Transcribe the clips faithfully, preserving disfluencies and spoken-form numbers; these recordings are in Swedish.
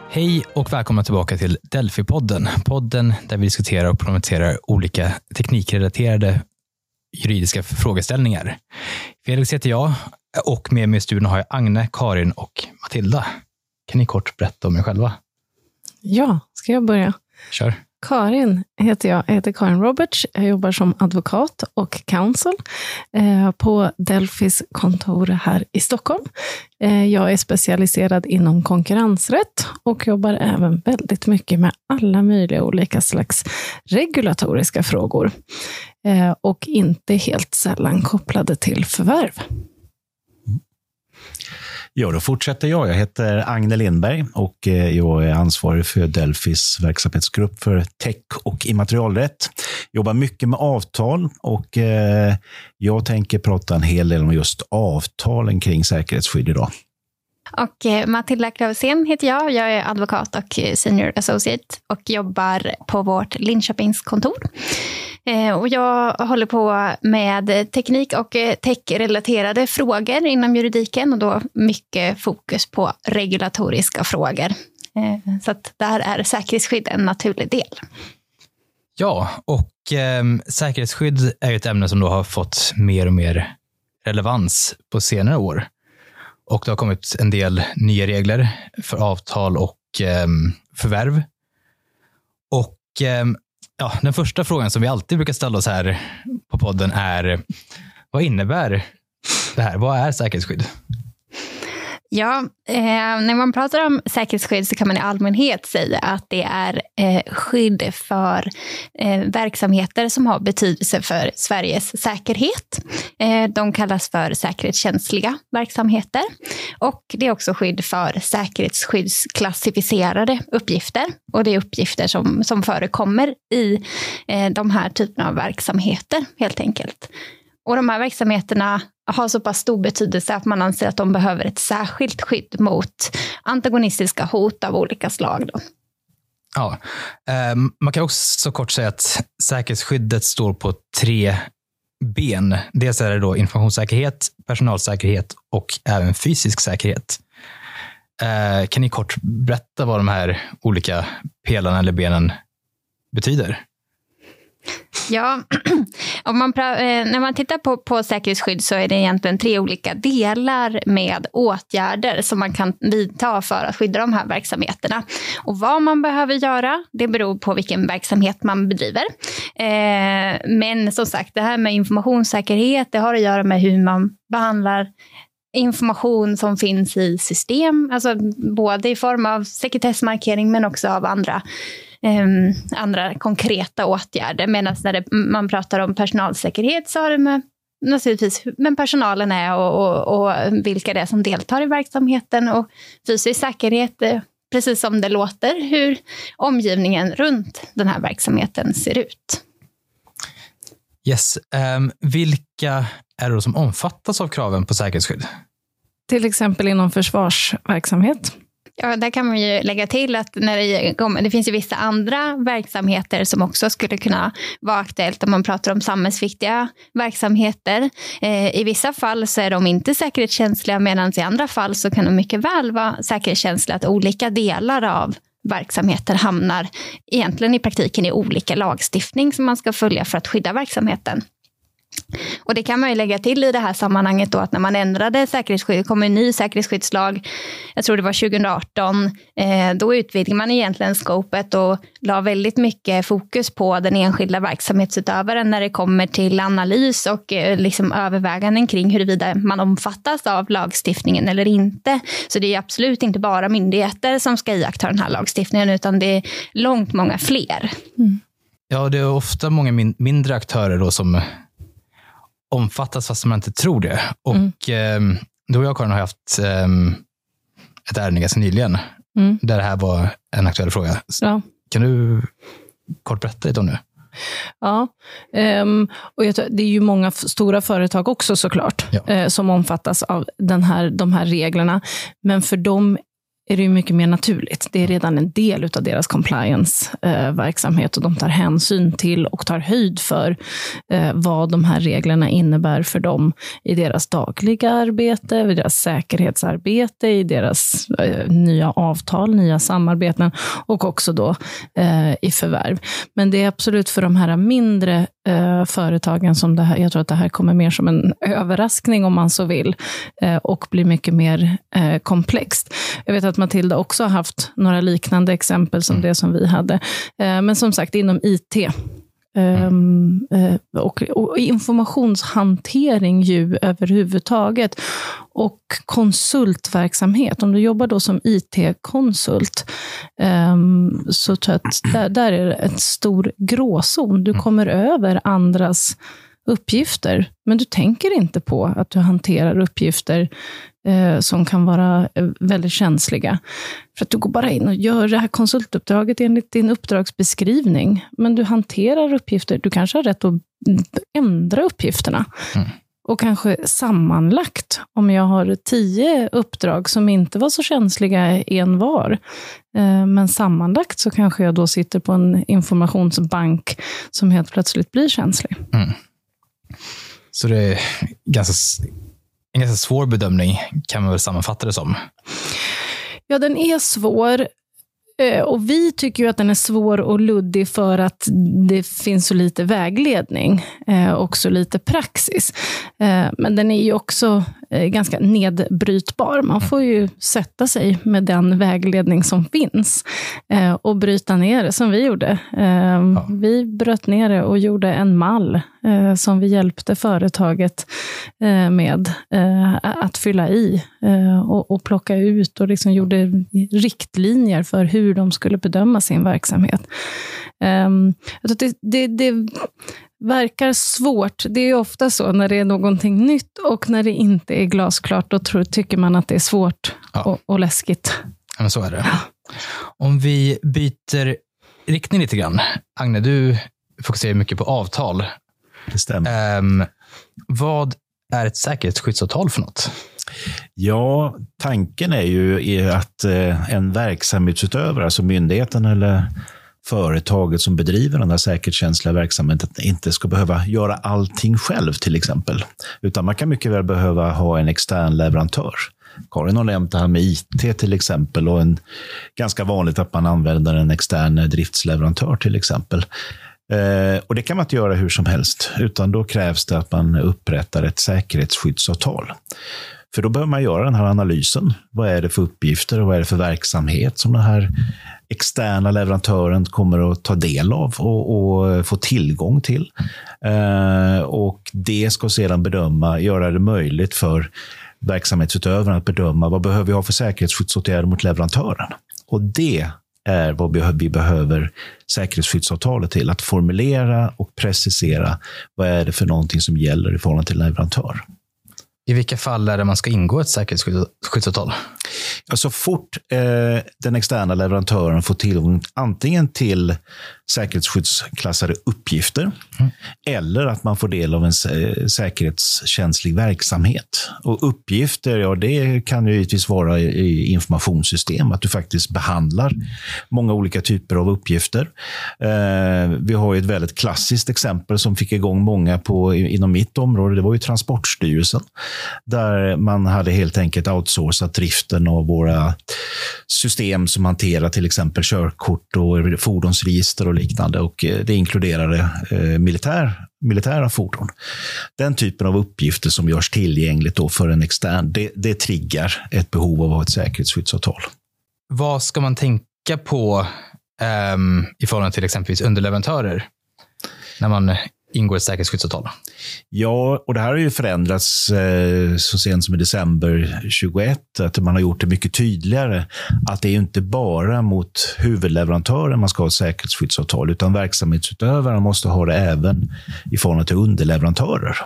Hej och välkomna tillbaka till Delphi-podden. Podden där vi diskuterar och promoterar olika teknikrelaterade juridiska frågeställningar. Felix heter jag och med mig i studion har jag Agne, Karin och Matilda. Kan ni kort berätta om er själva? Ja, ska jag börja? Kör. Karin heter jag. Jag heter Karin Roberts. Jag jobbar som advokat och counsel eh, på Delphis kontor här i Stockholm. Eh, jag är specialiserad inom konkurrensrätt och jobbar även väldigt mycket med alla möjliga olika slags regulatoriska frågor. Eh, och inte helt sällan kopplade till förvärv. Ja, då fortsätter jag. Jag heter Agne Lindberg och jag är ansvarig för Delphis verksamhetsgrupp för tech och immaterialrätt. Jobbar mycket med avtal och jag tänker prata en hel del om just avtalen kring säkerhetsskydd idag. Och Matilda Klausén heter jag. Jag är advokat och senior associate och jobbar på vårt Linköpingskontor. Och jag håller på med teknik och tech-relaterade frågor inom juridiken och då mycket fokus på regulatoriska frågor. Så att där är säkerhetsskydd en naturlig del. Ja, och eh, säkerhetsskydd är ett ämne som då har fått mer och mer relevans på senare år. Och det har kommit en del nya regler för avtal och eh, förvärv. Och eh, ja, den första frågan som vi alltid brukar ställa oss här på podden är: vad innebär det här? Vad är säkerhetsskydd? Ja, eh, när man pratar om säkerhetsskydd så kan man i allmänhet säga att det är eh, skydd för eh, verksamheter som har betydelse för Sveriges säkerhet. Eh, de kallas för säkerhetskänsliga verksamheter. Och det är också skydd för säkerhetsskyddsklassificerade uppgifter. Och det är uppgifter som, som förekommer i eh, de här typerna av verksamheter helt enkelt. Och de här verksamheterna har så pass stor betydelse att man anser att de behöver ett särskilt skydd mot antagonistiska hot av olika slag. Då. Ja, eh, man kan också så kort säga att säkerhetsskyddet står på tre ben. Dels är det då informationssäkerhet, personalsäkerhet och även fysisk säkerhet. Eh, kan ni kort berätta vad de här olika pelarna eller benen betyder? Ja, om man, när man tittar på, på säkerhetsskydd så är det egentligen tre olika delar med åtgärder som man kan vidta för att skydda de här verksamheterna. Och vad man behöver göra, det beror på vilken verksamhet man bedriver. Eh, men som sagt, det här med informationssäkerhet, det har att göra med hur man behandlar information som finns i system, alltså både i form av sekretessmarkering men också av andra Um, andra konkreta åtgärder. Medan när det, man pratar om personalsäkerhet så har det med naturligtvis men personalen är och, och, och vilka det är som deltar i verksamheten, och fysisk säkerhet, precis som det låter, hur omgivningen runt den här verksamheten ser ut. Yes. Um, vilka är det som omfattas av kraven på säkerhetsskydd? Till exempel inom försvarsverksamhet. Ja, där kan man ju lägga till att när det, kommer, det finns ju vissa andra verksamheter som också skulle kunna vara aktuellt om man pratar om samhällsviktiga verksamheter. Eh, I vissa fall så är de inte säkerhetskänsliga, medan i andra fall så kan de mycket väl vara säkerhetskänsliga, att olika delar av verksamheter hamnar egentligen i praktiken i olika lagstiftning som man ska följa för att skydda verksamheten. Och det kan man ju lägga till i det här sammanhanget då, att när man ändrade säkerhetsskydd, kom en ny säkerhetsskyddslag, jag tror det var tjugo arton, eh, då utvidgade man egentligen skopet och la väldigt mycket fokus på den enskilda verksamhetsutövaren när det kommer till analys och eh, liksom överväganden kring huruvida man omfattas av lagstiftningen eller inte. Så det är absolut inte bara myndigheter som ska iaktta den här lagstiftningen, utan det är långt många fler. Mm. Ja, det är ofta många min- mindre aktörer då som omfattas fast man inte tror det. Och mm. eh, då jag och Karin har haft eh, ett ärende ganska nyligen mm. där det här var en aktuell fråga. Ja. Kan du kort berätta lite om det? Ja, um, och jag tror, det är ju många f- stora företag också såklart ja. eh, som omfattas av den här, de här reglerna. Men för dem är det ju mycket mer naturligt. Det är redan en del av deras compliance-verksamhet och de tar hänsyn till och tar höjd för eh, vad de här reglerna innebär för dem i deras dagliga arbete, i deras säkerhetsarbete, i deras eh, nya avtal, nya samarbeten och också då eh, i förvärv. Men det är absolut för de här mindre eh, företagen som det här, jag tror att det här kommer mer som en överraskning om man så vill eh, och blir mycket mer eh, komplext. Jag vet att Matilda också har haft några liknande exempel som det som vi hade. Eh, men som sagt, inom I T Um, uh, och, och informationshantering ju överhuvudtaget och konsultverksamhet. Om du jobbar då som I T-konsult um, så tror jag att där, där är det en stor gråzon. Du kommer över andras uppgifter, men du tänker inte på att du hanterar uppgifter eh, som kan vara eh, väldigt känsliga. För att du går bara in och gör det här konsultuppdraget enligt din uppdragsbeskrivning, men du hanterar uppgifter, du kanske har rätt att ändra uppgifterna. Mm. Och kanske sammanlagt, om jag har tio uppdrag som inte var så känsliga en var, eh, men sammanlagt så kanske jag då sitter på en informationsbank som helt plötsligt blir känslig. Mm. Så det är ganska, en ganska svår bedömning kan man väl sammanfatta det som. Ja, den är svår. Och vi tycker ju att den är svår och luddig för att det finns så lite vägledning och så lite praxis. Men den är ju också ganska nedbrytbar. Man får ju sätta sig med den vägledning som finns och bryta ner det som vi gjorde. Ja. Vi bröt ner det och gjorde en mall som vi hjälpte företaget med att fylla i och plocka ut och liksom gjorde riktlinjer för hur de skulle bedöma sin verksamhet. Det, det, det verkar svårt. Det är ofta så när det är någonting nytt och när det inte är glasklart, då tror, tycker man att det är svårt ja. och, och läskigt. Ja, men så är det. Ja. Om vi byter riktning lite grann. Agne, du fokuserar mycket på avtal. Det stämmer. Um, vad är ett säkerhetsskyddsavtal för något? Ja, tanken är ju att en verksamhetsutövare, alltså myndigheten eller företaget som bedriver den här säkerhetskänsliga verksamheten, inte ska behöva göra allting själv till exempel. Utan man kan mycket väl behöva ha en extern leverantör. Karin har nämnt det här med I T till exempel, och en, ganska vanligt att man använder en extern driftsleverantör till exempel. Eh, och det kan man inte göra hur som helst, utan då krävs det att man upprättar ett säkerhetsskyddsavtal. För då behöver man göra den här analysen. Vad är det för uppgifter och vad är det för verksamhet som den här externa leverantören kommer att ta del av och, och få tillgång till. Eh, och det ska sedan bedöma, göra det möjligt för verksamhetsutövaren att bedöma vad behöver vi ha för säkerhetsskyddsåtgärder mot leverantören. Och det är vad vi behöver säkerhetsskyddsavtalet till. Att formulera och precisera vad är det för någonting som gäller i förhållande till leverantör. I vilka fall är det man ska ingå ett säkerhetsskyddsavtal? Ja, så fort eh, den externa leverantören får tillgång antingen till säkerhetsskyddsklassade uppgifter mm. eller att man får del av en säkerhetskänslig verksamhet. Och uppgifter, ja, det kan ju givetvis vara i informationssystem, att du faktiskt behandlar många olika typer av uppgifter. Eh, vi har ju ett väldigt klassiskt exempel som fick igång många på, inom mitt område, det var ju Transportstyrelsen, där man hade helt enkelt outsourcat driften av våra system som hanterar till exempel körkort och fordonsregister och liknande, och det inkluderade eh, militär, militära fordon. Den typen av uppgifter som görs tillgängligt då för en extern, det, det triggar ett behov av att ha ett säkerhetsskyddsavtal. Vad ska man tänka på um, i förhållande till exempelvis underleverantörer när man ingår ett säkerhetsskyddsavtal? Ja, och det här har ju förändrats eh, så sent som i december tjugoett, att man har gjort det mycket tydligare att det är inte bara mot huvudleverantören man ska ha ett säkerhetsskyddsavtal, utan verksamhetsutövaren måste ha det även i förhållande till underleverantörer.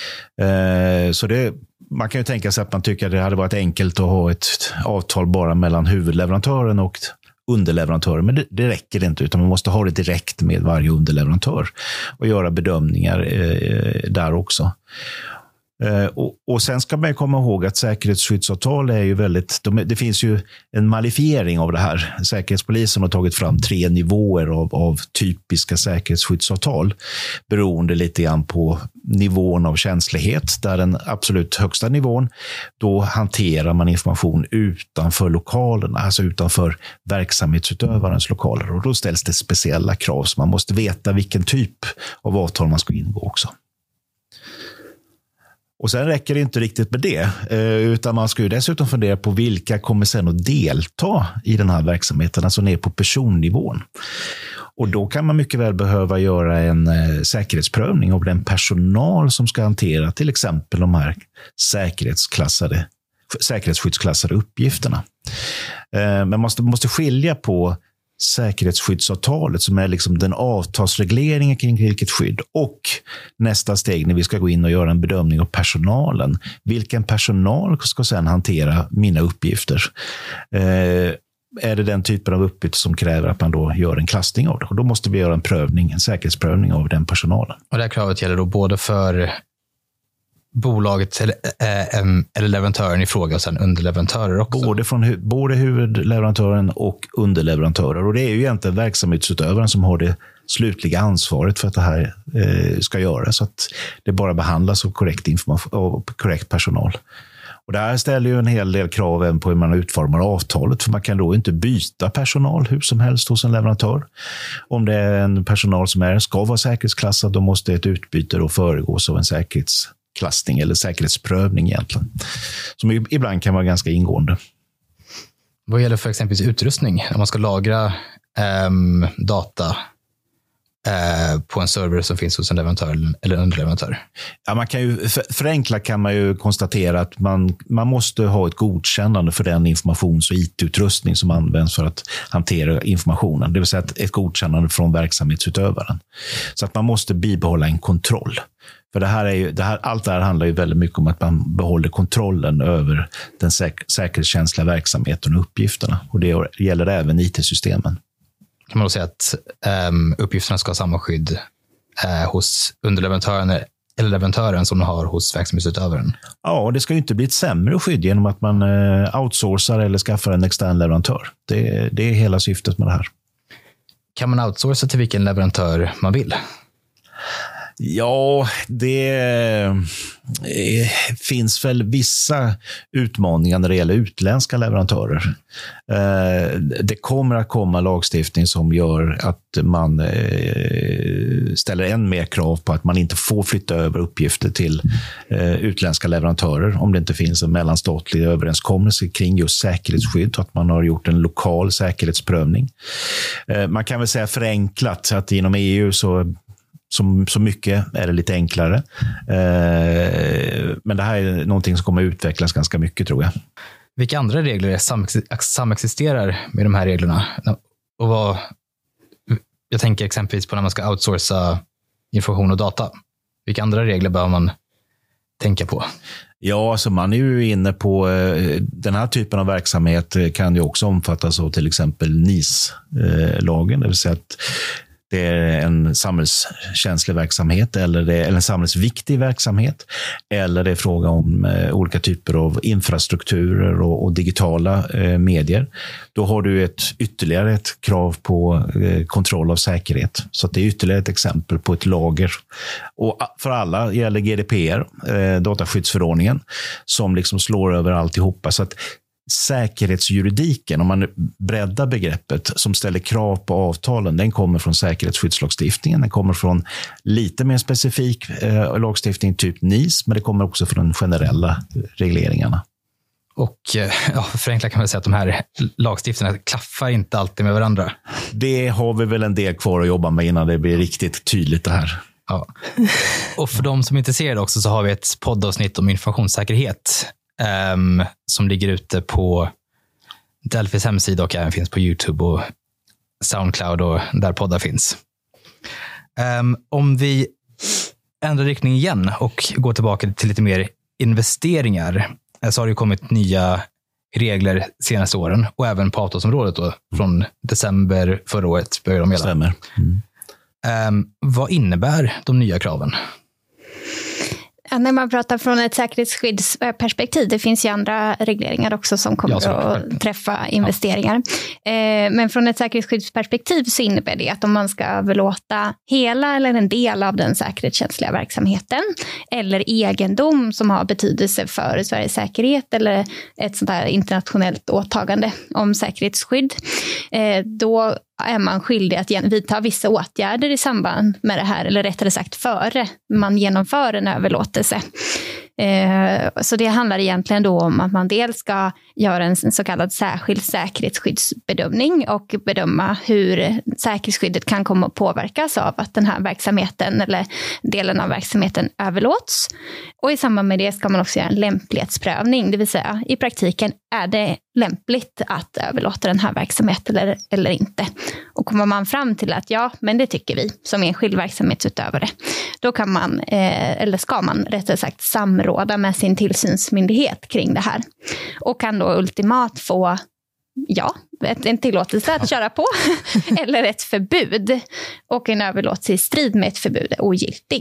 Eh, så det, man kan ju tänka sig att man tycker att det hade varit enkelt att ha ett avtal bara mellan huvudleverantören och underleverantörer, men det, det räcker inte, utan man måste ha det direkt med varje underleverantör och göra bedömningar eh, där också. Eh, och, och sen ska man komma ihåg att säkerhetsskyddsavtal är ju väldigt, de, det finns ju en malifiering av det här. Säkerhetspolisen har tagit fram tre nivåer av, av typiska säkerhetsskyddsavtal beroende lite grann på nivån av känslighet. Där den absolut högsta nivån, då hanterar man information utanför lokalerna, alltså utanför verksamhetsutövarens lokaler, och då ställs det speciella krav, så man måste veta vilken typ av avtal man ska ingå också. Och sen räcker det inte riktigt med det, utan man ska ju dessutom fundera på vilka kommer sen att delta i den här verksamheten, alltså ner på personnivån. Och då kan man mycket väl behöva göra en säkerhetsprövning av den personal som ska hantera till exempel de här säkerhetsklassade, säkerhetsskyddsklassade uppgifterna. Men man måste, måste skilja på säkerhetsskyddsavtalet, som är liksom den avtalsregleringen kring vilket skydd, och nästa steg när vi ska gå in och göra en bedömning av personalen. Vilken personal ska sedan hantera mina uppgifter? Eh, är det den typen av uppgifter som kräver att man då gör en klassning av det? Och då måste vi göra en prövning, en säkerhetsprövning av den personalen. Och det här kravet gäller då både för bolaget eller, äh, eller leverantören i fråga och sen underleverantörer också? Både, från, både huvudleverantören och underleverantörer. Och det är ju egentligen verksamhetsutövaren som har det slutliga ansvaret för att det här eh, ska göras. Så att det bara behandlas av korrekt, information, av korrekt personal. Och det här ställer ju en hel del krav även på hur man utformar avtalet. För man kan då inte byta personal hur som helst hos en leverantör. Om det är en personal som är, ska vara säkerhetsklassad, då måste ett utbyte då föregås av en säkerhets klassning eller säkerhetsprövning egentligen. Som ibland kan vara ganska ingående. Vad gäller för exempelvis utrustning? När man ska lagra ähm, data äh, på en server som finns hos en leverantör eller underleverantör? Ja, man kan ju, för, förenkla kan man ju konstatera att man, man måste ha ett godkännande för den informations- och I T-utrustning som används för att hantera informationen. Det vill säga ett, ett godkännande från verksamhetsutövaren. Så att man måste bibehålla en kontroll. För det här är ju, det här, allt det här handlar ju väldigt mycket om att man behåller kontrollen över den säk- säkerhetskänsliga verksamheten och uppgifterna. Och det gäller även I T-systemen. Kan man då säga att um, uppgifterna ska ha samma skydd uh, hos underleverantören eller leverantören som de har hos verksamhetsutövaren? Ja, och det ska ju inte bli ett sämre skydd genom att man uh, outsourcar eller skaffar en extern leverantör. Det, det är hela syftet med det här. Kan man outsourca till vilken leverantör man vill? Ja, det finns väl vissa utmaningar när det gäller utländska leverantörer. Det kommer att komma lagstiftning som gör att man ställer än mer krav på att man inte får flytta över uppgifter till utländska leverantörer om det inte finns en mellanstatlig överenskommelse kring just säkerhetsskydd och att man har gjort en lokal säkerhetsprövning. Man kan väl säga förenklat att inom E U så Som, så mycket är det lite enklare. Eh, men det här är någonting som kommer att utvecklas ganska mycket, tror jag. Vilka andra regler samexisterar med de här reglerna? Och vad, jag tänker exempelvis på när man ska outsourca information och data. Vilka andra regler bör man tänka på? Ja, alltså man är ju inne på eh, den här typen av verksamhet kan ju också omfattas av till exempel N I S-lagen. Det vill säga att det är en samhällskänslig verksamhet eller, det är, eller en samhällsviktig verksamhet. Eller det är fråga om eh, olika typer av infrastrukturer och, och digitala eh, medier. Då har du ett, ytterligare ett krav på eh, kontroll av säkerhet. Så att det är ytterligare ett exempel på ett lager. Och för alla gäller G D P R, eh, dataskyddsförordningen, som liksom slår över alltihopa. Så att säkerhetsjuridiken, om man breddar begreppet, som ställer krav på avtalen, den kommer från säkerhetsskyddslagstiftningen. Den kommer från lite mer specifik eh, lagstiftning, typ N I S, men det kommer också från de generella regleringarna. Och ja, förenklat kan man säga att de här lagstiftningarna klaffar inte alltid med varandra. Det har vi väl en del kvar att jobba med innan det blir riktigt tydligt det här. Ja. Och för de som är intresserade också så har vi ett poddavsnitt om informationssäkerhet Um, som ligger ute på Delphis hemsida och även finns på YouTube och Soundcloud och där poddar finns. Um, om vi ändrar riktning igen och går tillbaka till lite mer investeringar, så har det kommit nya regler senaste åren och även på avtalsområdet då, från december förra året börjar de gälla. Stämmer. Mm. Um, vad innebär de nya kraven? Ja, när man pratar från ett säkerhetsskyddsperspektiv, det finns ju andra regleringar också som kommer ja, att träffa investeringar. Ja. Eh, men från ett säkerhetsskyddsperspektiv så innebär det att om man ska överlåta hela eller en del av den säkerhetskänsliga verksamheten eller egendom som har betydelse för Sveriges säkerhet eller ett sånt här internationellt åtagande om säkerhetsskydd, eh, då är man skyldig att vidta vissa åtgärder i samband med det här, eller rättare sagt före man genomför en överlåtelse. Så det handlar egentligen då om att man dels ska göra en så kallad särskild säkerhetsskyddsbedömning och bedöma hur säkerhetsskyddet kan komma att påverkas av att den här verksamheten eller delen av verksamheten överlåts. Och i samband med det ska man också göra en lämplighetsprövning, det vill säga i praktiken är det lämpligt att överlåta den här verksamheten eller, eller inte. Och kommer man fram till att ja, men det tycker vi som enskild verksamhetsutövare, då kan man, eh, eller ska man rättare sagt samråda med sin tillsynsmyndighet kring det här. Och kan då ultimat få ja, ett, en tillåtelse att köra på eller ett förbud. Och en överlåtelse i strid med ett förbud är ogiltig.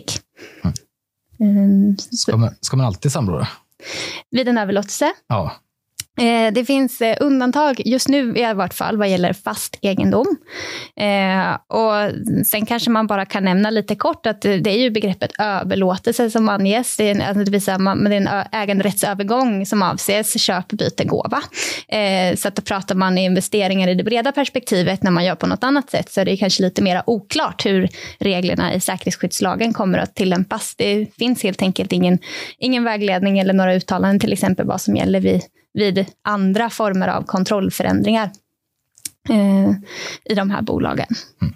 Mm. Ska, man, ska man alltid samråda? Vid en överlåtelse? Ja. Det finns undantag just nu i vart fall vad gäller fast egendom. Eh, och sen kanske man bara kan nämna lite kort att det är ju begreppet överlåtelse som anges. Det är en, alltså det vill säga man, det är en äganderättsövergång som avses köp, byte, gåva. Eh, så att då pratar man i investeringar i det breda perspektivet när man gör på något annat sätt så är det kanske lite mer oklart hur reglerna i säkerhetsskyddslagen kommer att tillämpas. Det finns helt enkelt ingen, ingen vägledning eller några uttalanden till exempel vad som gäller vid vid andra former av kontrollförändringar eh, i de här bolagen. Mm.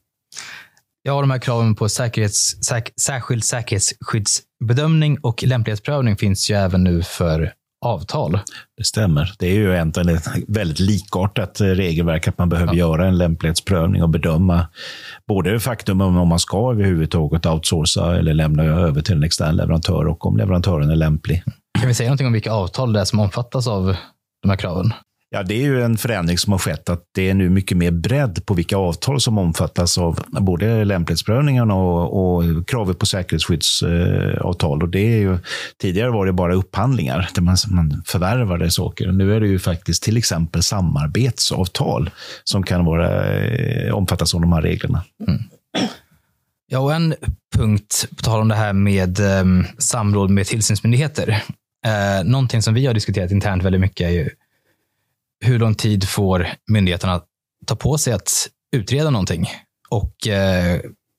Ja, de här kraven på säkerhets, säk, särskild säkerhetsskyddsbedömning och lämplighetsprövning finns ju även nu för avtal. Det stämmer. Det är ju egentligen ett väldigt likartat regelverk att man behöver ja. göra en lämplighetsprövning och bedöma både faktum om man ska överhuvudtaget outsourca eller lämna över till en extern leverantör och om leverantören är lämplig. Kan vi säga någonting om vilka avtal det är som omfattas av de här kraven? Ja, det är ju en förändring som har skett att det är nu mycket mer bredd på vilka avtal som omfattas av både lämplighetsprövningarna och, och kravet på säkerhetsskyddsavtal. Och det är ju, tidigare var det bara upphandlingar där man, man förvärvade saker. Nu är det ju faktiskt till exempel samarbetsavtal som kan vara, omfattas av de här reglerna. Mm. Ja, och en punkt på tal om det här med um, samråd med tillsynsmyndigheter. Uh, någonting som vi har diskuterat internt väldigt mycket är ju hur lång tid får myndigheterna ta på sig att utreda någonting? Och eh,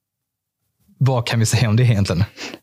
vad kan vi säga om det egentligen?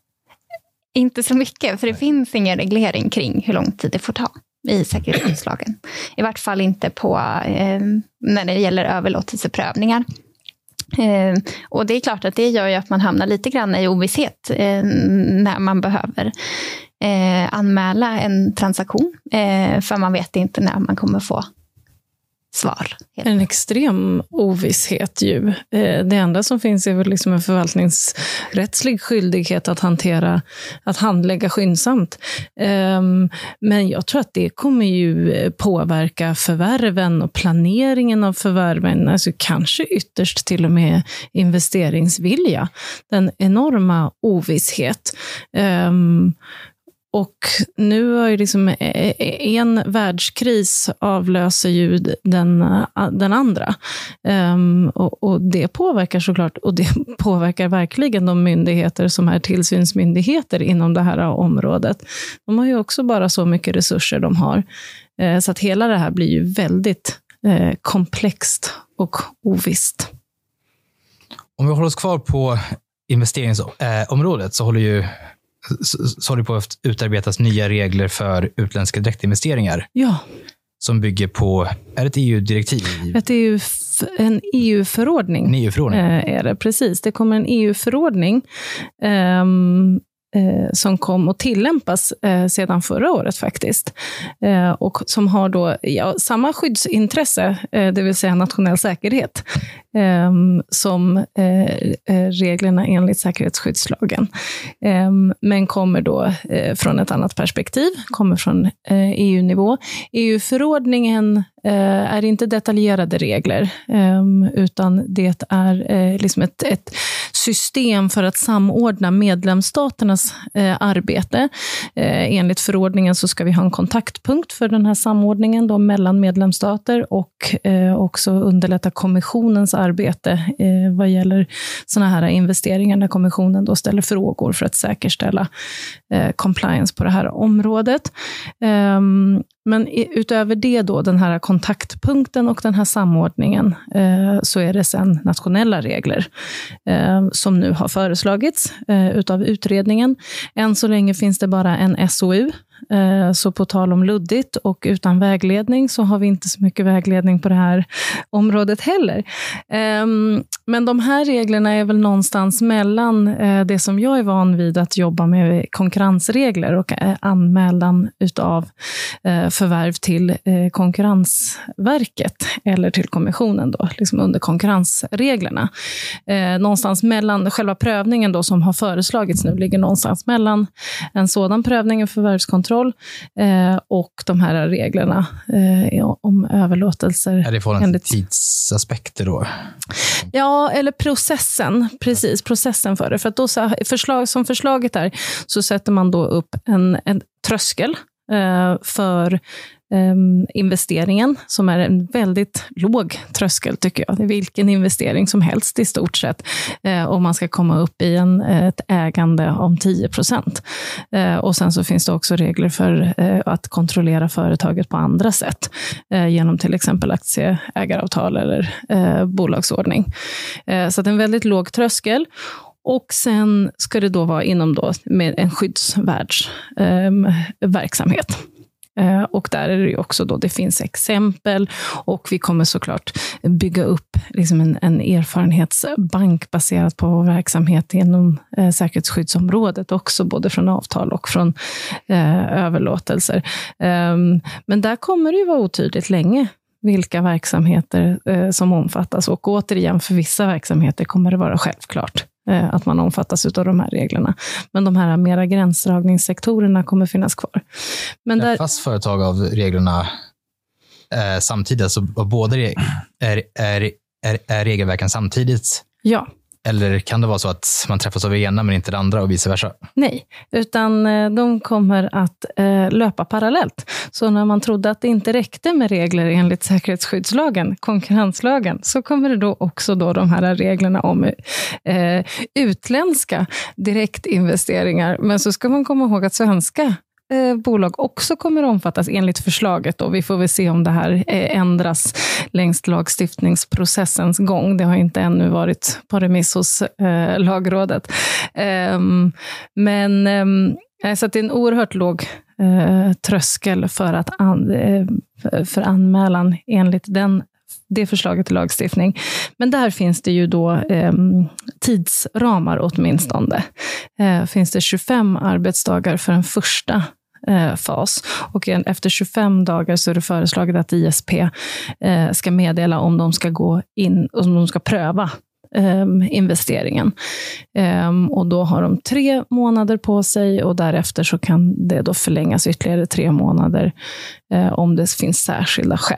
Inte så mycket, för det finns ingen reglering kring hur lång tid det får ta i säkerhetsskyddslagen. I vart fall inte på eh, när det gäller överlåtelseprövningar. Eh, och det är klart att det gör ju att man hamnar lite grann i ovisshet eh, när man behöver eh, anmäla en transaktion. Eh, för man vet inte när man kommer få svar. En extrem ovisshet ju. Eh, det enda som finns är väl liksom en förvaltningsrättslig skyldighet att hantera, att handlägga skyndsamt. Eh, men jag tror att det kommer ju påverka förvärven och planeringen av förvärven, alltså kanske ytterst till och med investeringsvilja. Den enorma ovisshet. Eh, Och nu har ju liksom en världskris avlöser ju den, den andra. Um, och, och det påverkar såklart, och det påverkar verkligen de myndigheter som är tillsynsmyndigheter inom det här området. De har ju också bara så mycket resurser de har. Uh, så att hela det här blir ju väldigt uh, komplext och ovisst. Om vi håller oss kvar på investeringsområdet så håller ju Så, så håller det på att utarbetas nya regler för utländska direktinvesteringar. Ja. Som bygger på, är det ett E U-direktiv? Ett E U, en E U-förordning. En E U-förordning. Är det, precis. Det kommer en E U-förordning um, eh, som kom att tillämpas eh, sedan förra året faktiskt. Eh, och som har då ja, samma skyddsintresse, eh, det vill säga nationell säkerhet, eh, som eh, reglerna enligt säkerhetsskyddslagen. Eh, men kommer då eh, från ett annat perspektiv, kommer från eh, E U-nivå. E U-förordningen eh, är inte detaljerade regler, eh, utan det är eh, liksom ett, ett system för att samordna medlemsstaternas eh, arbete. Eh, enligt förordningen så ska vi ha en kontaktpunkt för den här samordningen då, mellan medlemsstater och eh, också underlätta kommissionens arbete eh, vad gäller såna här investeringar när kommissionen då ställer frågor för att säkerställa eh, compliance på det här området. Eh, men utöver det då, den här kontaktpunkten och den här samordningen, eh, så är det sen nationella regler eh, som nu har föreslagits eh, utav utredningen. Än så länge finns det bara en S O U. Så på tal om luddigt och utan vägledning så har vi inte så mycket vägledning på det här området heller. Men de här reglerna är väl någonstans mellan det som jag är van vid att jobba med, konkurrensregler och anmälan utav förvärv till Konkurrensverket eller till kommissionen då, liksom under konkurrensreglerna. Någonstans mellan själva prövningen då som har föreslagits nu ligger någonstans mellan en sådan prövning och förvärvskontroll Eh, och de här reglerna eh, om överlåtelser. Är det förhållande till tidsaspekter då? Ja, eller processen. Precis, processen för det. För att då, förslag, som förslaget är så sätter man då upp en, en tröskel eh, för Um, investeringen som är en väldigt låg tröskel tycker jag. Det är vilken investering som helst i stort sett uh, om man ska komma upp i en, ett ägande om tio procent. Uh, och sen så finns det också regler för uh, att kontrollera företaget på andra sätt uh, genom till exempel aktieägaravtal eller uh, bolagsordning. Uh, så det är en väldigt låg tröskel. Och sen ska det då vara inom då med en skyddsvärdsverksamhet. Um, Uh, och där är det ju också då, det finns exempel och vi kommer såklart bygga upp liksom en, en erfarenhetsbank baserat på vår verksamhet inom uh, säkerhetsskyddsområdet också, både från avtal och från uh, överlåtelser. Um, men där kommer det ju vara otydligt länge vilka verksamheter uh, som omfattas, och återigen för vissa verksamheter kommer det vara självklart att man omfattas av de här reglerna. Men de här mera gränsdragningssektorerna kommer finnas kvar. Men där... Fast företag av reglerna eh, samtidigt, så både är, är, är, är regelverken samtidigt? Ja. Eller kan det vara så att man träffas av det ena men inte det andra och vice versa? Nej, utan de kommer att eh, löpa parallellt. Så när man trodde att det inte räckte med regler enligt säkerhetsskyddslagen, konkurrenslagen, så kommer det då också då de här reglerna om eh, utländska direktinvesteringar. Men så ska man komma ihåg att svenska eh, bolag också kommer att omfattas enligt förslaget. Och vi får väl se om det här eh, ändras längs lagstiftningsprocessens gång. Det har inte ännu varit på remiss hos eh, lagrådet. Eh, men eh, så att det är en oerhört låg eh, tröskel för, att an, eh, för anmälan enligt den det förslaget till lagstiftning. Men där finns det ju då eh, tidsramar åtminstone. Eh, finns det tjugofem arbetsdagar för en första eh, fas. Och efter tjugofem dagar så är det föreslaget att I S P eh, ska meddela om de ska gå in, om de ska pröva eh, investeringen. Eh, och då har de tre månader på sig, och därefter så kan det då förlängas ytterligare tre månader eh, om det finns särskilda skäl.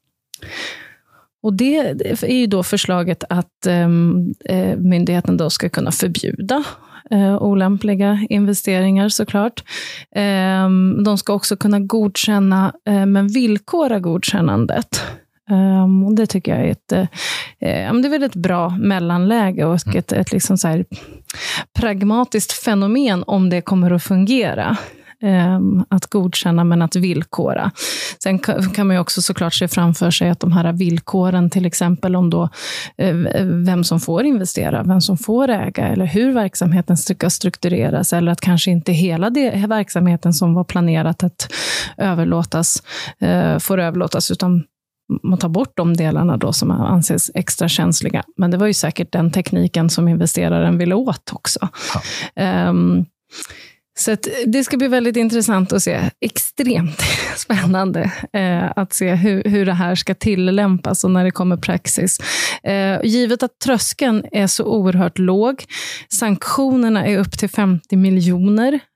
Och det är ju då förslaget att eh, myndigheten då ska kunna förbjuda eh, olämpliga investeringar såklart. Eh, de ska också kunna godkänna, eh, men villkora godkännandet. Eh, och det tycker jag är ett, eh, det är väl ett bra mellanläge och ett, ett liksom så här pragmatiskt fenomen om det kommer att fungera. Att godkänna men att villkora. Sen kan man ju också såklart se framför sig att de här villkoren, till exempel om då vem som får investera, vem som får äga eller hur verksamheten ska struktureras, eller att kanske inte hela det, verksamheten som var planerat att överlåtas får överlåtas, utan man tar bort de delarna då som anses extra känsliga. Men det var ju säkert den tekniken som investeraren ville åt också. Ja. Um, Så att det ska bli väldigt intressant att se. Extremt spännande eh, att se hur, hur det här ska tillämpas och när det kommer praxis. Eh, givet att tröskeln är så oerhört låg, sanktionerna är upp till femtio miljoner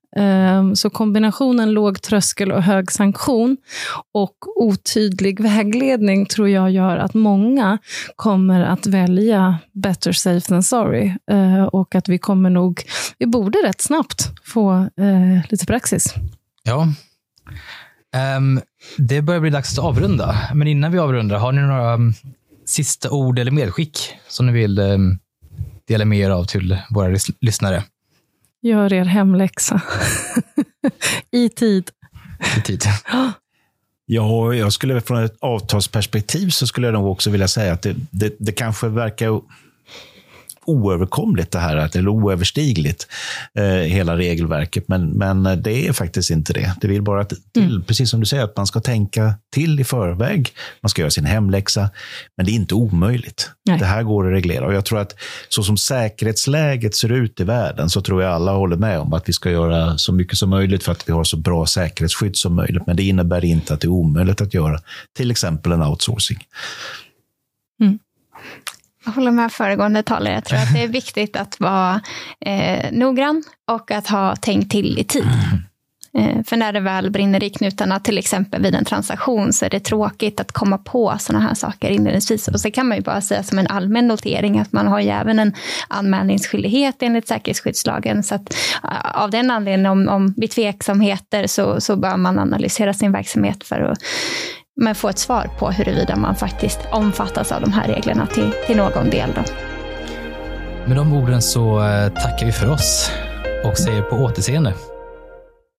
Så kombinationen låg tröskel och hög sanktion och otydlig vägledning tror jag gör att många kommer att välja better safe than sorry. Och att vi kommer nog, vi borde rätt snabbt få lite praxis. Ja, um, det börjar bli dags att avrunda. Men innan vi avrundar, har ni några um, sista ord eller medskick som ni vill um, dela med er av till våra lys- lyssnare? Gör er hemläxa. I tid. I tid. Ja, jag skulle från ett avtalsperspektiv så skulle jag nog också vilja säga att det, det, det kanske verkar oöverkomligt det här, att det är oöverstigligt eh, hela regelverket, men, men det är faktiskt inte det. Det vill bara till, mm. precis som du säger, att man ska tänka till i förväg, man ska göra sin hemläxa, men det är inte omöjligt. Nej. Det här går att reglera, och jag tror att så som säkerhetsläget ser ut i världen så tror jag alla håller med om att vi ska göra så mycket som möjligt för att vi har så bra säkerhetsskydd som möjligt, men det innebär inte att det är omöjligt att göra till exempel en outsourcing. Mm. Jag håller med föregående talare. Jag tror att det är viktigt att vara eh, noggrann och att ha tänkt till i tid. Eh, för när det väl brinner i knutarna, till exempel vid en transaktion, så är det tråkigt att komma på sådana här saker inledningsvis. Och så kan man ju bara säga som en allmän notering att man har ju även en anmälningsskyldighet enligt säkerhetsskyddslagen. Så att uh, av den anledningen, om, om vid tveksamheter så, så bör man analysera sin verksamhet för att men få ett svar på huruvida man faktiskt omfattas av de här reglerna till, till någon del. Då. Med de orden så tackar vi för oss och säger på återseende.